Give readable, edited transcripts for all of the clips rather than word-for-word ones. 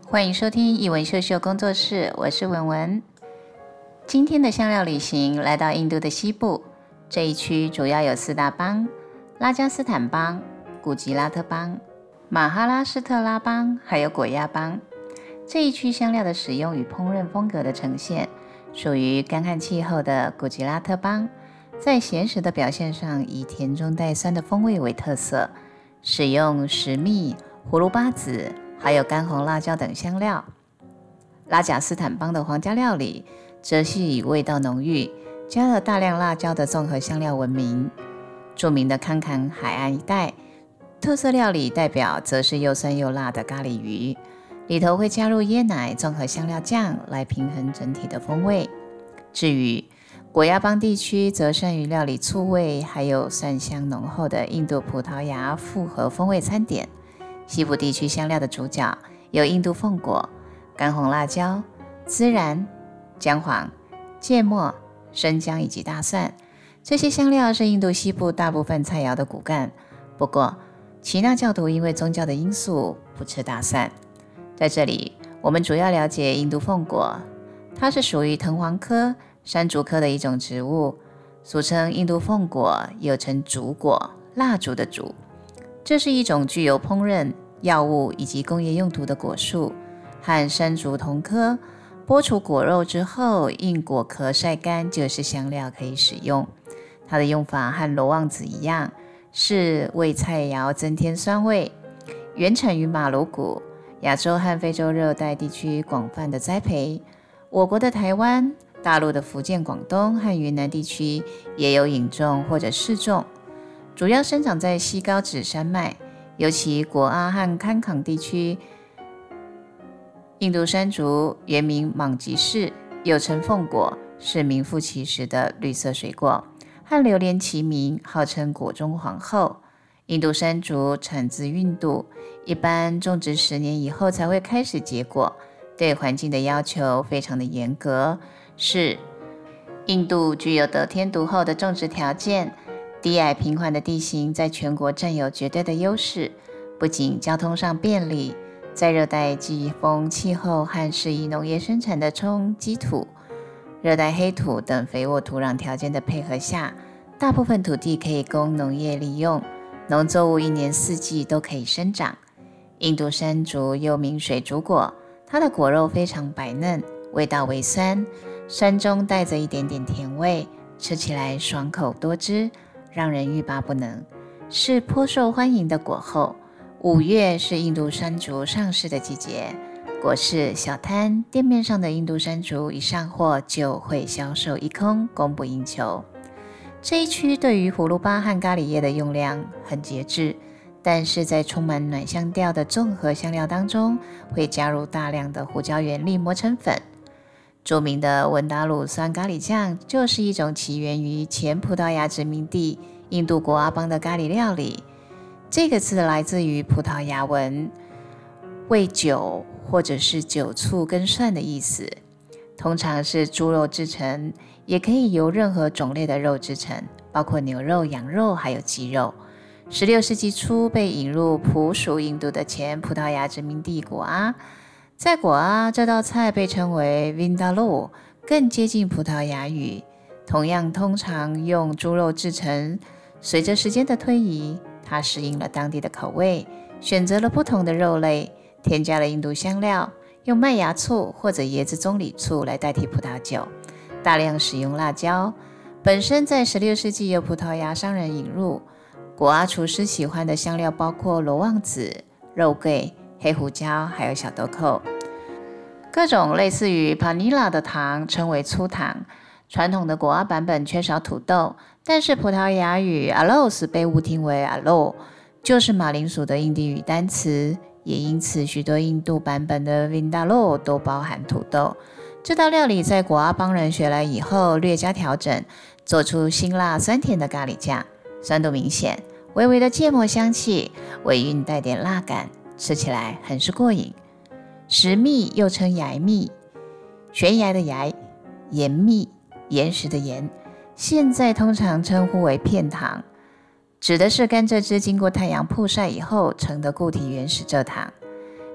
欢迎收听一文秀秀工作室，我是文文。今天的香料旅行来到印度的西部，这一区主要有4大邦：拉加斯坦邦、古吉拉特邦、马哈拉施特拉邦，还有果亚邦。这一区香料的使用与烹饪风格的呈现，属于干旱气候的古吉拉特邦，在咸食的表现上以甜中带酸的风味为特色，使用石蜜、葫芦巴籽还有干红辣椒等香料。拉贾斯坦邦的皇家料理则是以味道浓郁、加了大量辣椒的综合香料闻名。著名的康坎海岸一带特色料理代表则是又酸又辣的咖喱鱼，里头会加入椰奶综合香料酱来平衡整体的风味。至于果亚邦地区则善于料理醋味还有蒜香浓厚的印度葡萄牙复合风味餐点。西部地区香料的主角有印度凤果、干红辣椒、孜然、姜黄、芥末、生姜以及大蒜。这些香料是印度西部大部分菜肴的骨干，不过耆那教徒因为宗教的因素不吃大蒜。在这里我们主要了解印度凤果，它是属于藤黄科山竹科的一种植物，俗称印度凤果，又称竹果，蜡烛的烛。这是一种具有烹饪、药物以及工业用途的果树，和山竹同科。剥除果肉之后，硬果壳晒干就是香料可以使用。它的用法和罗望子一样，是为菜肴增添酸味。原产于马鲁谷，亚洲和非洲热带地区广泛的栽培。我国的台湾、大陆的福建、广东和云南地区也有引种或者试种。主要生长在西高地山脉，尤其果阿和堪坎地区。印度山竹原名莽吉士，又称凤果，是名副其实的绿色水果，和榴莲齐名，号称果中皇后。印度山竹产自印度，一般种植10年以后才会开始结果，对环境的要求非常的严格，是印度具有得天独厚的种植条件。低矮平缓的地形在全国占有绝对的优势，不仅交通上便利，在热带季风气候和适宜农业生产的冲积土、热带黑土等肥沃土壤条件的配合下，大部分土地可以供农业利用，农作物1年4季都可以生长。印度山竹又名水竹果，它的果肉非常白嫩，味道微酸，酸中带着一点点甜味，吃起来爽口多汁，让人欲罢不能，是颇受欢迎的果后。5月是印度山竹上市的季节，果市、小摊、店面上的印度山竹一上货就会销售一空，供不应求。这一区对于葫芦巴和咖喱叶的用量很节制，但是在充满暖香调的综合香料当中，会加入大量的胡椒原粒磨成粉。著名的文达鲁酸咖喱酱就是一种起源于前葡萄牙殖民地印度果阿邦的咖喱料理。这个字来自于葡萄牙文，味酒或者是酒醋跟蒜的意思，通常是猪肉制成，也可以由任何种类的肉制成，包括牛肉、羊肉还有鸡肉。16世纪初被引入葡属印度的前葡萄牙殖民地果阿，在果阿这道菜被称为 Vindaloo， 更接近葡萄牙语，同样通常用猪肉制成。随着时间的推移，它适应了当地的口味，选择了不同的肉类，添加了印度香料，用麦芽醋或者椰子棕榈醋来代替葡萄酒，大量使用辣椒。本身在16世纪由葡萄牙商人引入。果阿厨师喜欢的香料包括罗望子、肉桂、黑胡椒还有小豆蔻。各种类似于 Panila 的糖称为粗糖。传统的果阿版本缺少土豆，但是葡萄牙语 aloes 被误听为 alo， 就是马铃薯的印地语单词，也因此许多印度版本的 Vindaloo 都包含土豆。这道料理在果阿邦人学来以后略加调整，做出辛辣酸甜的咖喱酱，酸度明显，微微的芥末香气，尾韵带点辣感，吃起来很是过瘾。石蜜又称崖蜜，悬崖的崖，岩蜜，岩石的岩，现在通常称呼为片糖，指的是甘蔗汁经过太阳曝晒以后成的固体原始蔗糖。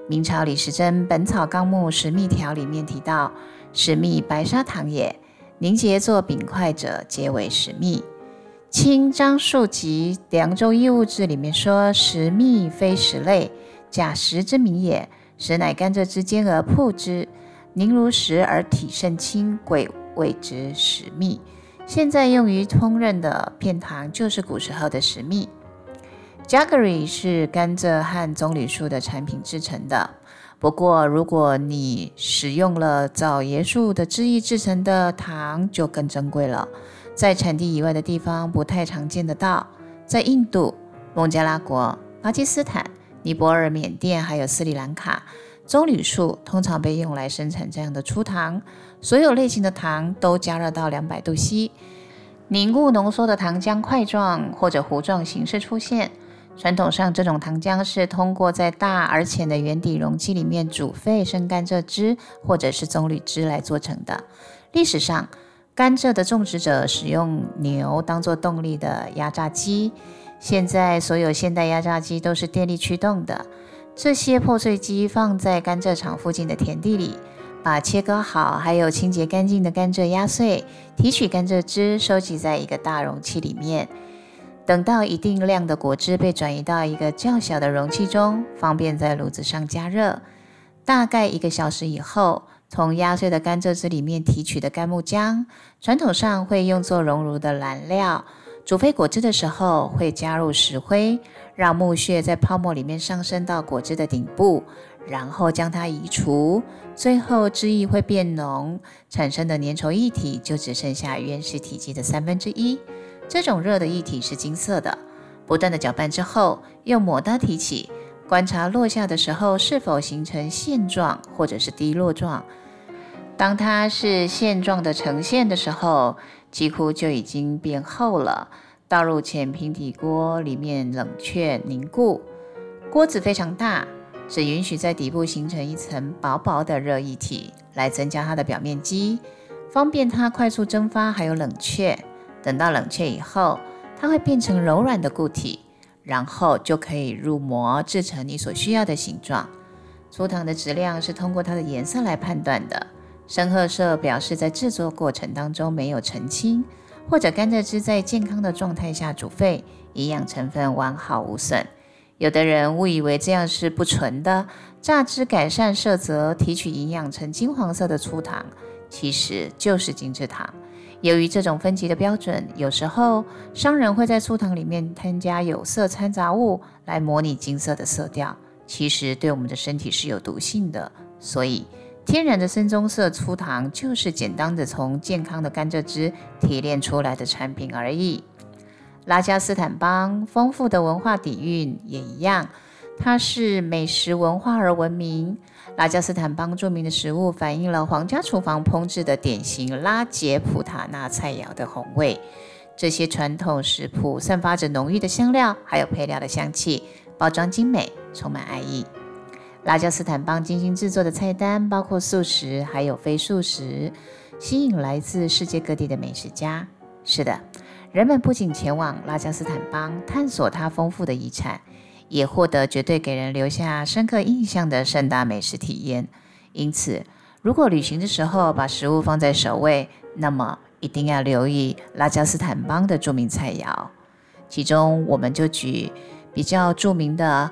明朝李时珍《本草纲目食蜜条》里面提到，食蜜白砂糖也，凝结作饼块者，皆为食蜜。清张树集《凉州异物志》里面说，食蜜非食类，假食之名也，实乃甘蔗之间而铺之，凝如石而体甚轻，贵谓之食蜜。现在用于烹饪的片糖就是古时候的食蜜。Jaggery 是甘蔗和棕榈树的产品制成的，不过如果你使用了枣椰树的汁液制成的糖就更珍贵了，在产地以外的地方不太常见得到。在印度、孟加拉国、巴基斯坦、尼泊尔、缅甸还有斯里兰卡，棕榈树通常被用来生产这样的粗糖。所有类型的糖都加热到200度 C， 凝固浓缩的糖浆块状或者糊状形式出现。传统上，这种糖浆是通过在大而浅的圆底容器里面煮沸生甘蔗汁或者是棕榈汁来做成的。历史上，甘蔗的种植者使用牛当作动力的压榨机，现在所有现代压榨机都是电力驱动的。这些破碎机放在甘蔗厂附近的田地里，把切割好还有清洁干净的甘蔗压碎，提取甘蔗汁收集在一个大容器里面。等到一定量的果汁被转移到一个较小的容器中，方便在炉子上加热。大概1个小时以后，从压碎的甘蔗汁里面提取的甘木浆，传统上会用作熔炉的燃料。煮沸果汁的时候会加入石灰，让木屑在泡沫里面上升到果汁的顶部，然后将它移除，最后汁液会变浓，产生的粘稠液体就只剩下原始体积的1/3。这种热的液体是金色的，不断的搅拌之后，用抹刀提起，观察落下的时候是否形成线状或者是滴落状。当它是线状的呈现的时候，几乎就已经变厚了，倒入浅平底锅里面冷却凝固。锅子非常大，只允许在底部形成一层薄薄的热液体，来增加它的表面积，方便它快速蒸发还有冷却。等到冷却以后，它会变成柔软的固体，然后就可以入模制成你所需要的形状。粗糖的质量是通过它的颜色来判断的，深褐色表示在制作过程当中没有澄清，或者甘蔗汁在健康的状态下煮沸，营养成分完好无损。有的人误以为这样是不纯的，榨汁改善色泽，提取营养成金黄色的粗糖，其实就是精制糖。由于这种分级的标准，有时候商人会在粗糖里面添加有色掺杂物来模拟金色的色调，其实对我们的身体是有毒性的。所以天然的深棕色粗糖就是简单的从健康的甘蔗汁提炼出来的产品而已。拉加斯坦邦丰富的文化底蕴也一样，它是美食文化而闻名。拉加斯坦邦著名的食物反映了皇家厨房烹制的典型拉杰普塔纳菜肴的红味。这些传统食谱散发着浓郁的香料，还有配料的香气，包装精美，充满爱意。拉加斯坦邦精心制作的菜单包括素食还有非素食，吸引来自世界各地的美食家。是的，人们不仅前往拉加斯坦邦探索它丰富的遗产，也获得绝对给人留下深刻印象的盛大美食体验。因此，如果旅行的时候把食物放在首位，那么一定要留意拉加斯坦邦的著名菜肴。其中我们就举比较著名的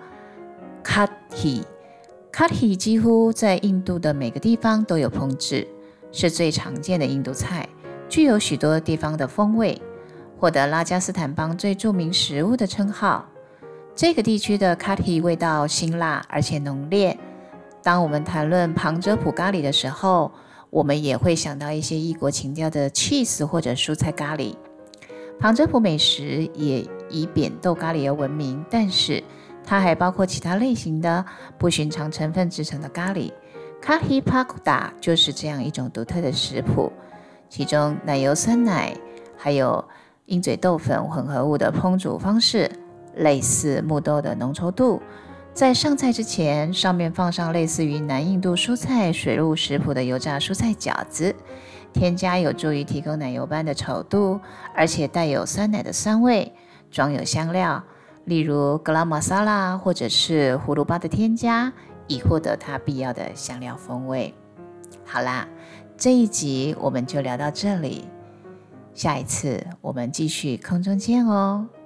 Kathi。Kathi 几乎在印度的每个地方都有烹制，是最常见的印度菜，具有许多地方的风味，获得拉加斯坦邦最著名食物的称号。这个地区的 Kathi 味道辛辣而且浓烈。当我们谈论旁遮普咖喱的时候，我们也会想到一些异国情调的 cheese 或者蔬菜咖喱。旁遮普美食也以扁豆咖喱而闻名，但是它还包括其他类型的不寻常成分制成的咖喱。Kathi Pakuda 就是这样一种独特的食谱，其中奶油酸奶还有鹰嘴豆粉混合物的烹煮方式类似木豆的浓稠度。在上菜之前，上面放上类似于南印度蔬菜水路食谱的油炸蔬菜饺子，添加有助于提供奶油般的稠度，而且带有酸奶的酸味，装有香料，例如格拉玛萨拉或者是葫芦巴的添加， 以获得它必要的香料风味。好啦，这一集我们就聊到这里，下一次我们继续空中见哦。